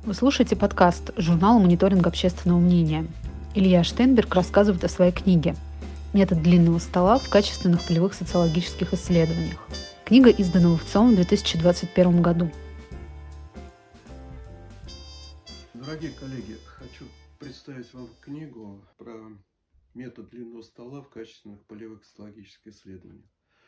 Вы слушаете подкаст журнала «Мониторинг общественного мнения». Илья Штейнберг рассказывает о своей книге «Метод длинного стола в качественных полевых социологических исследованиях». Книга издана в ВЦИОМ в 2021 году. Дорогие коллеги, хочу представить вам книгу про метод длинного стола в качественных полевых социологических исследованиях.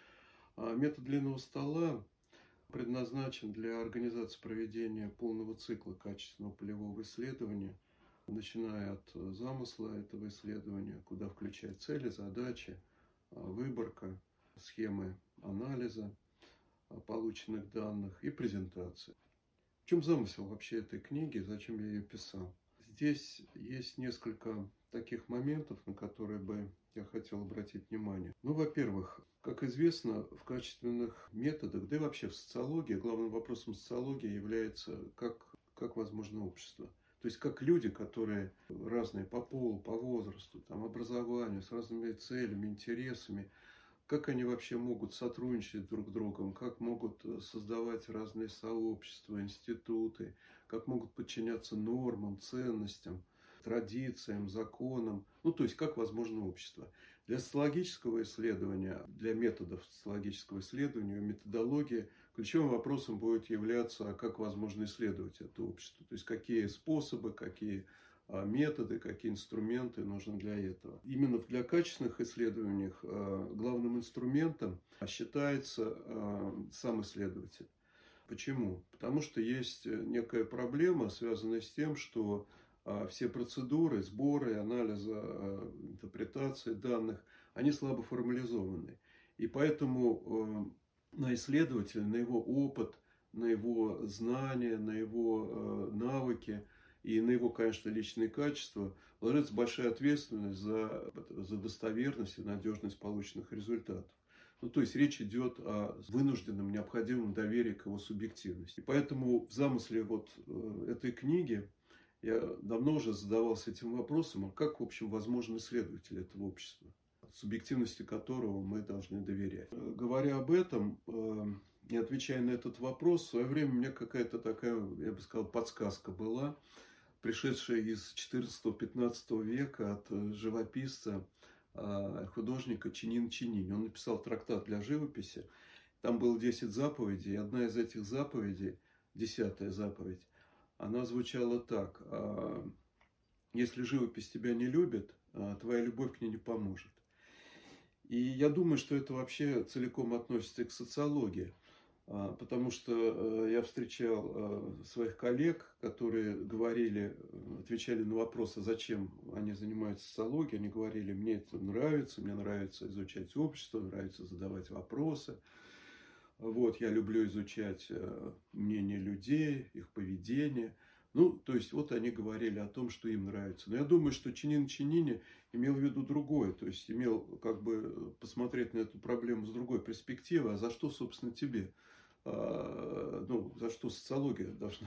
Метод длинного стола предназначен для организации проведения полного цикла качественного полевого исследования, начиная от замысла этого исследования, куда включают цели, задачи, выборка, схемы анализа полученных данных и презентации. В чем замысел вообще этой книги, зачем я ее писал? Здесь есть несколько таких моментов, на которые бы я хотел обратить внимание. Во-первых, как известно, в качественных методах, да и вообще в социологии, главным вопросом социологии является, как возможно общество. То есть, как люди, которые разные по полу, по возрасту, образованию, с разными целями, интересами, как они вообще могут сотрудничать друг с другом, как могут создавать разные сообщества, институты, как могут подчиняться нормам, ценностям, традициям, законам. То есть, как возможно общество. Для социологического исследования, для методов социологического исследования, методологии, ключевым вопросом будет являться, как возможно исследовать это общество. То есть, какие способы, какие методы, какие инструменты нужны для этого. Именно для качественных исследований главным инструментом считается сам исследователь. Почему? Потому что есть некая проблема, связанная с тем, что все процедуры сбора, анализа, интерпретации данных, они слабо формализованы. И поэтому на исследователя, на его опыт, на его знания, на его навыки и на его, конечно, личные качества ложится большая ответственность за достоверность и надежность полученных результатов. То есть речь идет о вынужденном, необходимом доверии к его субъективности. И поэтому в замысле этой книги я давно уже задавался этим вопросом, как, в общем, возможен исследователь этого общества, субъективности которого мы должны доверять. Говоря об этом, и отвечая на этот вопрос, в свое время у меня какая-то такая, я бы сказал, подсказка была, пришедшая из XIV-XV века от живописца, художника Чинин Чининь. Он написал трактат для живописи. Там было 10 заповедей. И одна из этих заповедей, 10-я заповедь, она звучала так. Если живопись тебя не любит, твоя любовь к ней не поможет. И я думаю, что это вообще целиком относится и к социологии. Потому что я встречал своих коллег, которые отвечали на вопросы, зачем они занимаются социологией. Они говорили, мне это нравится, мне нравится изучать общество, нравится задавать вопросы. Я люблю изучать мнение людей, их поведение. То есть, они говорили о том, что им нравится. Но я думаю, что Чинин Чинини имел в виду другое. То есть, имел посмотреть на эту проблему с другой перспективы. А за что, собственно, тебе? За что социология должна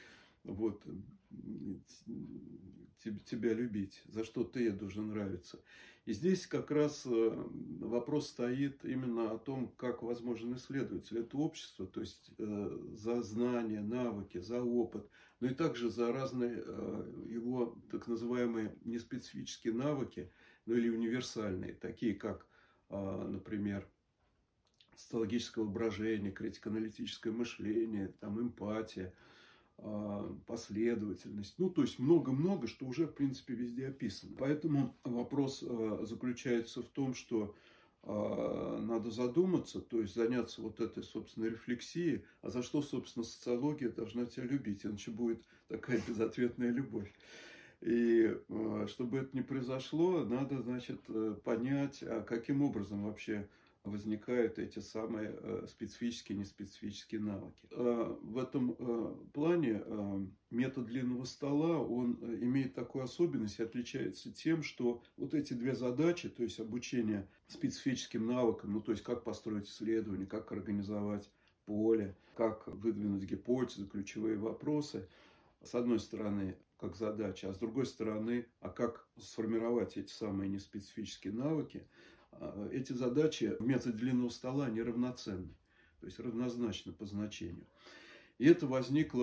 тебя любить? За что ты ей должен нравиться? И здесь как раз вопрос стоит именно о том, как возможен исследователь. Это общество, то есть за знания, навыки, за опыт, но и также за разные его так называемые неспецифические навыки, или универсальные, такие как, например, социологическое воображение, критико-аналитическое мышление, эмпатия, последовательность. То есть много-много, что уже, в принципе, везде описано. Поэтому вопрос заключается в том, что надо задуматься, то есть заняться этой, собственно, рефлексией, а за что, собственно, социология должна тебя любить, иначе будет такая безответная любовь. И чтобы это не произошло, надо, понять, каким образом вообще возникают эти самые специфические и неспецифические навыки. В этом плане метод длинного стола, он имеет такую особенность и отличается тем, что эти две задачи, то есть обучение специфическим навыкам, то есть как построить исследование, как организовать поле, как выдвинуть гипотезы, ключевые вопросы, с одной стороны, как задача, а с другой стороны, как сформировать эти самые неспецифические навыки. Эти задачи в методе длинного стола, они равноценны, то есть равнозначны по значению. И это возникло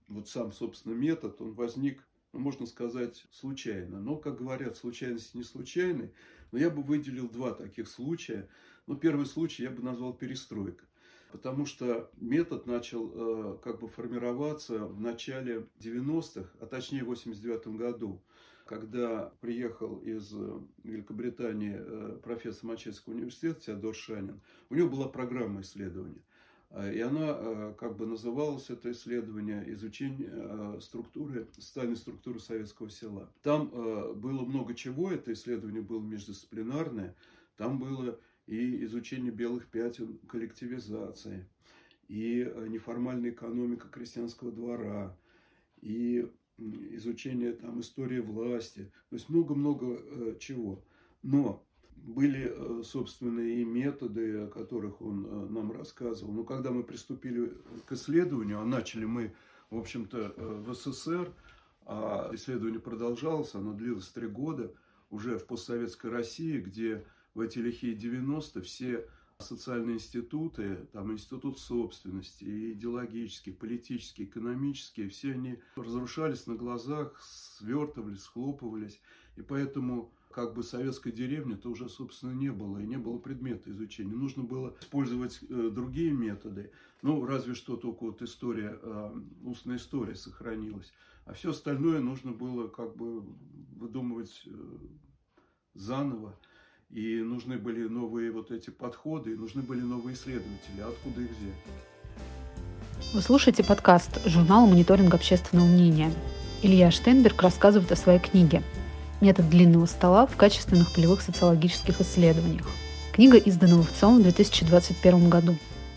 вот сам, собственно, метод, он возник, ну, можно сказать, случайно. Но, как говорят, случайность не случайны. Но я бы выделил два таких случая. Ну, первый случай я бы назвал перестройка. Потому что метод начал как бы формироваться в начале 90-х, а точнее в 89 году, когда приехал из Великобритании профессор Манчестерского университета Теодор Шанин. У него была программа исследования. И она как бы называлась, это исследование, изучение структуры, социальной структуры советского села. Там было много чего, это исследование было междисциплинарное, там было и изучение белых пятен коллективизации, и неформальная экономика крестьянского двора, и изучение там истории власти, то есть много-много чего. Но были, собственно, и методы, о которых он нам рассказывал. Но когда мы приступили к исследованию, а начали мы, в общем-то, в СССР, а исследование продолжалось, оно длилось 3 года, уже в постсоветской России, где в эти лихие 90-е все социальные институты, там институт собственности, и идеологические, политические, экономические, все они разрушались на глазах, свертывались, схлопывались. И поэтому как бы советской деревни-то уже, собственно, не было, и не было предмета изучения. Нужно было использовать другие методы. Ну, разве что только вот история, устная история сохранилась. А все остальное нужно было как бы выдумывать заново. И нужны были новые вот эти подходы, и нужны были новые исследователи. Откуда их взять? Вы слушаете подкаст журнала «Мониторинг общественного мнения». Илья Штенберг рассказывает о своей книге «Метод длинного стола в качественных полевых социологических исследованиях». Книга издана в ВЦИОМ в 2021 году.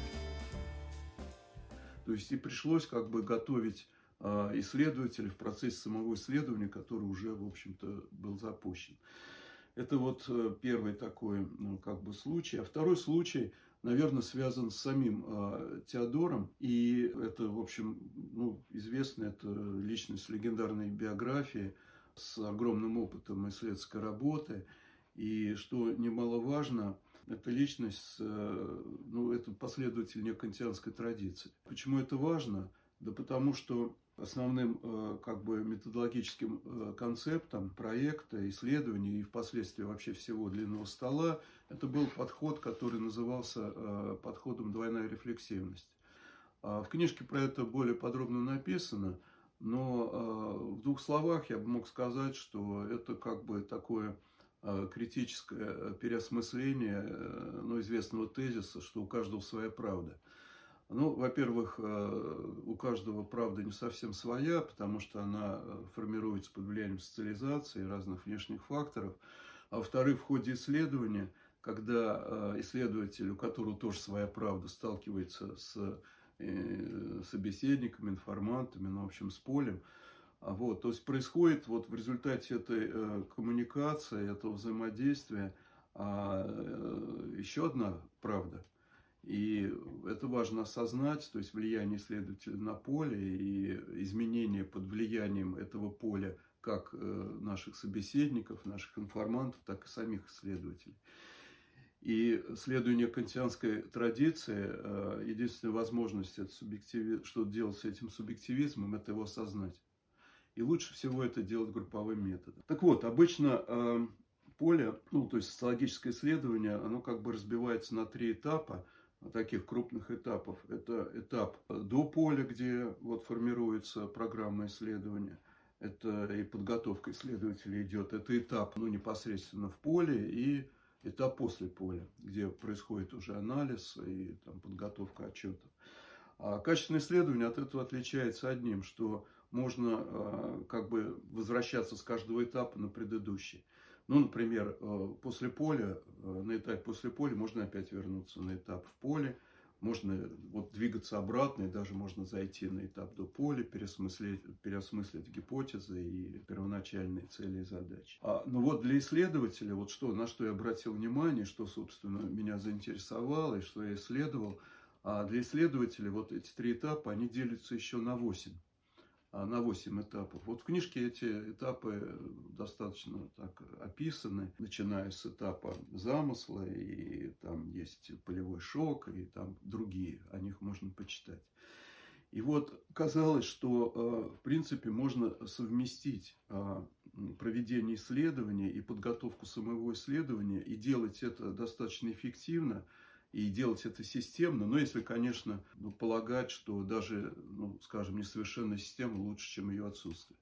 То есть и пришлось как бы готовить исследователей в процессе самого исследования, который уже, в общем-то, был запущен. Это вот первый такой, ну, как бы случай. А второй случай, наверное, связан с самим Теодором. И это, в общем, ну, известно, это личность с легендарной биографией, с огромным опытом исследовательской работы. И что немаловажно, это личность, ну, это последователь неокантианской традиции. Почему это важно? Да потому что основным как бы методологическим концептом проекта, исследования и впоследствии вообще всего длинного стола это был подход, который назывался подходом двойная рефлексивность. В книжке про это более подробно написано, но в 2 словах я бы мог сказать, что это как бы такое критическое переосмысление ну, известного тезиса, что у каждого своя правда. Ну, во-первых, у каждого правда не совсем своя, потому что она формируется под влиянием социализации и разных внешних факторов. А во-вторых, в ходе исследования, когда исследователь, у которого тоже своя правда, сталкивается с собеседниками, информантами, ну, в общем, с полем, вот, то есть происходит вот в результате этой коммуникации, этого взаимодействия еще одна правда. И это важно осознать, то есть влияние исследователя на поле и изменения под влиянием этого поля как наших собеседников, наших информантов, так и самих исследователей. И следуя кантианской традиции, единственная возможность что делать с этим субъективизмом, это его осознать. И лучше всего это делать групповым методом. Так вот, обычно поле, ну, то есть социологическое исследование, оно как бы разбивается на 3 этапа, таких крупных этапов. Это этап до поля, где вот формируется программа исследования. Это и подготовка исследователя идет. Это этап, ну, непосредственно в поле и этап после поля, где происходит уже анализ и там, подготовка отчетов. А качественное исследование от этого отличается одним, что можно как бы возвращаться с каждого этапа на предыдущий. Ну, например, после поля, на этапе после поля можно опять вернуться на этап в поле, можно вот двигаться обратно, и даже можно зайти на этап до поля, переосмыслить гипотезы и первоначальные цели и задачи. Но вот для исследователя, вот что, на что я обратил внимание, что, собственно, меня заинтересовало и что я исследовал, для исследователя вот эти 3 этапа, они делятся еще на 8 этапов. Вот в книжке эти этапы достаточно так описаны, начиная с этапа замысла, и там есть полевой шок, и там другие, о них можно почитать. И вот казалось, что, в принципе, можно совместить проведение исследования и подготовку самого исследования, и делать это достаточно эффективно, и делать это системно. Но если, конечно, полагать, что даже, скажем, несовершенная система лучше, чем ее отсутствие.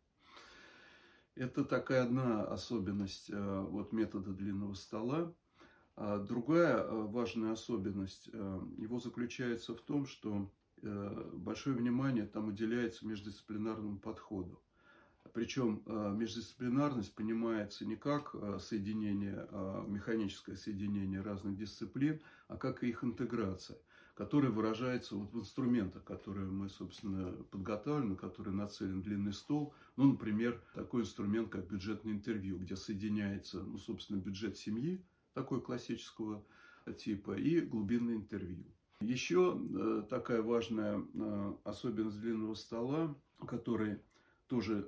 Это такая одна особенность вот, метода длинного стола. Другая важная особенность его заключается в том, что большое внимание там уделяется междисциплинарному подходу. Причем междисциплинарность понимается не как соединение, механическое соединение разных дисциплин, а как их интеграция, которая выражается вот в инструментах, которые мы, собственно, подготавливаем, на которые нацелен длинный стол. Ну, например, такой инструмент, как бюджетное интервью, где соединяется, собственно, бюджет семьи, такой классического типа, и глубинное интервью. Еще такая важная особенность длинного стола, который тоже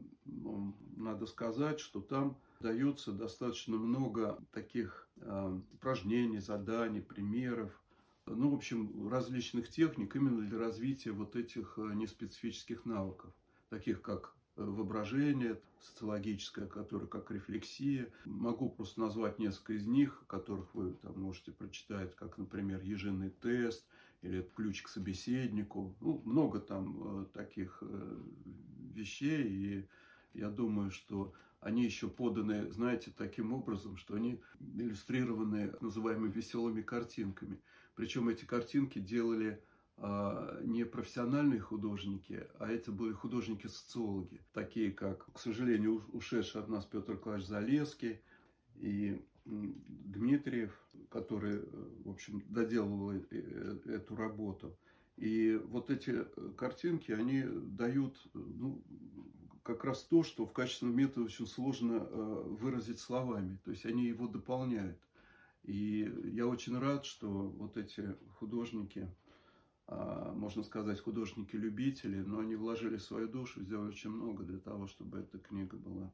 надо сказать, что там дается достаточно много таких упражнений, заданий, примеров, в общем, различных техник именно для развития вот этих неспецифических навыков, таких как воображение социологическое, которое как рефлексия. Могу просто назвать несколько из них, которых вы там можете прочитать, как, например, ежиный тест или ключ к собеседнику. Много там таких вещей, и я думаю, что они еще поданы, знаете, таким образом, что они иллюстрированы так называемыми веселыми картинками. Причем эти картинки делали не профессиональные художники, а это были художники-социологи, такие как, к сожалению, ушедший от нас Петр Николаевич Залесский и Дмитриев, который, в общем, доделывал эту работу. И вот эти картинки, они дают как раз то, что в качественном методе очень сложно выразить словами. То есть они его дополняют. И я очень рад, что вот эти художники, можно сказать, художники-любители, но они вложили свою душу, сделали очень много для того, чтобы эта книга была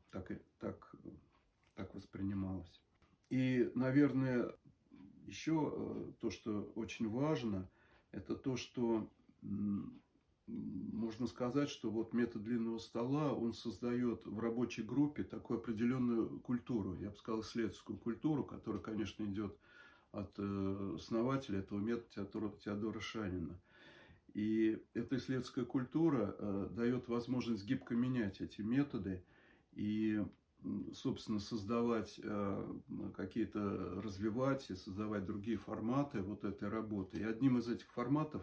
так воспринималась. И, наверное, еще то, что очень важно, это то, что можно сказать, что вот метод длинного стола, он создает в рабочей группе такую определенную культуру, я бы сказал, исследовательскую культуру, которая, конечно, идет от основателя этого метода Теодора Шанина. И эта исследовательская культура дает возможность гибко менять эти методы и, собственно, создавать какие-то, развивать и создавать другие форматы вот этой работы. И одним из этих форматов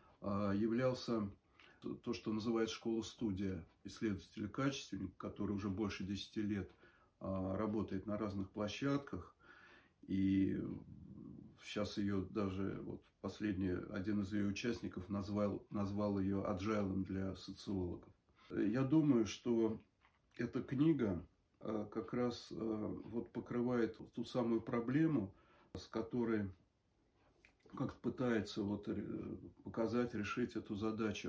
являлся то, что называется школа-студия исследователя-качественника, который уже больше 10 лет работает на разных площадках. И сейчас ее даже один из ее участников назвал ее agile для социологов. Я думаю, что эта книга как раз покрывает ту самую проблему, с которой как-то пытается показать, решить эту задачу.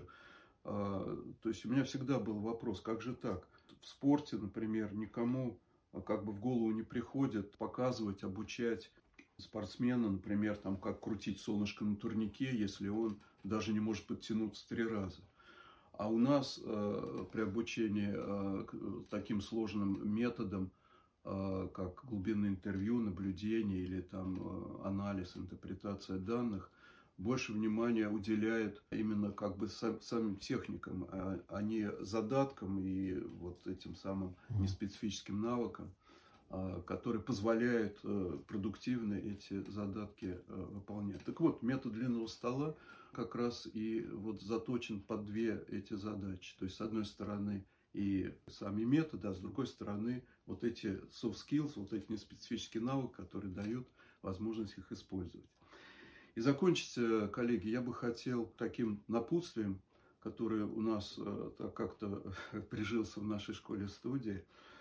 То есть у меня всегда был вопрос, как же так? В спорте, например, никому как бы в голову не приходит показывать, обучать спортсмена, например, там, как крутить солнышко на турнике, если он даже не может подтянуться 3 раза. А у нас при обучении таким сложным методам, как глубинное интервью, наблюдение или там анализ, интерпретация данных, больше внимания уделяет именно как бы самим техникам, а не задаткам и вот этим самым неспецифическим навыкам, которые позволяют продуктивно эти задатки выполнять. Так вот, метод длинного стола как раз и вот заточен под 2 эти задачи. То есть, с одной стороны, и сами методы, а с другой стороны, вот эти soft skills, вот эти неспецифические навыки, которые дают возможность их использовать. И закончить, коллеги, я бы хотел таким напутствием, которое у нас как-то прижился в нашей школе-студии.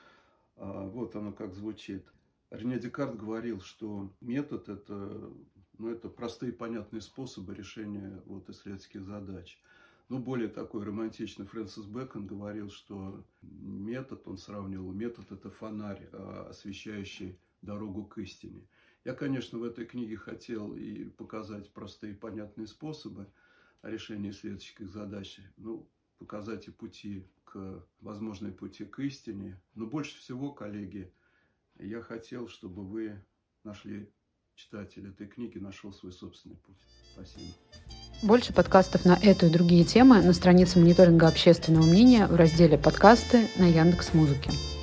Вот оно как звучит. Рене Декарт говорил, что метод – это простые понятные способы решения исследовательских задач. Но более такой романтичный Фрэнсис Бэкон говорил, что метод, он сравнивал, метод – это фонарь, освещающий дорогу к истине. Я, конечно, в этой книге хотел и показать простые понятные способы решения исследовательских задач, ну, показать и пути возможные пути к истине. Но больше всего, коллеги, я хотел, чтобы вы нашли, читатель этой книги нашел свой собственный путь. Спасибо. Больше подкастов на эту и другие темы на странице мониторинга общественного мнения в разделе «Подкасты» на Яндекс.Музыке.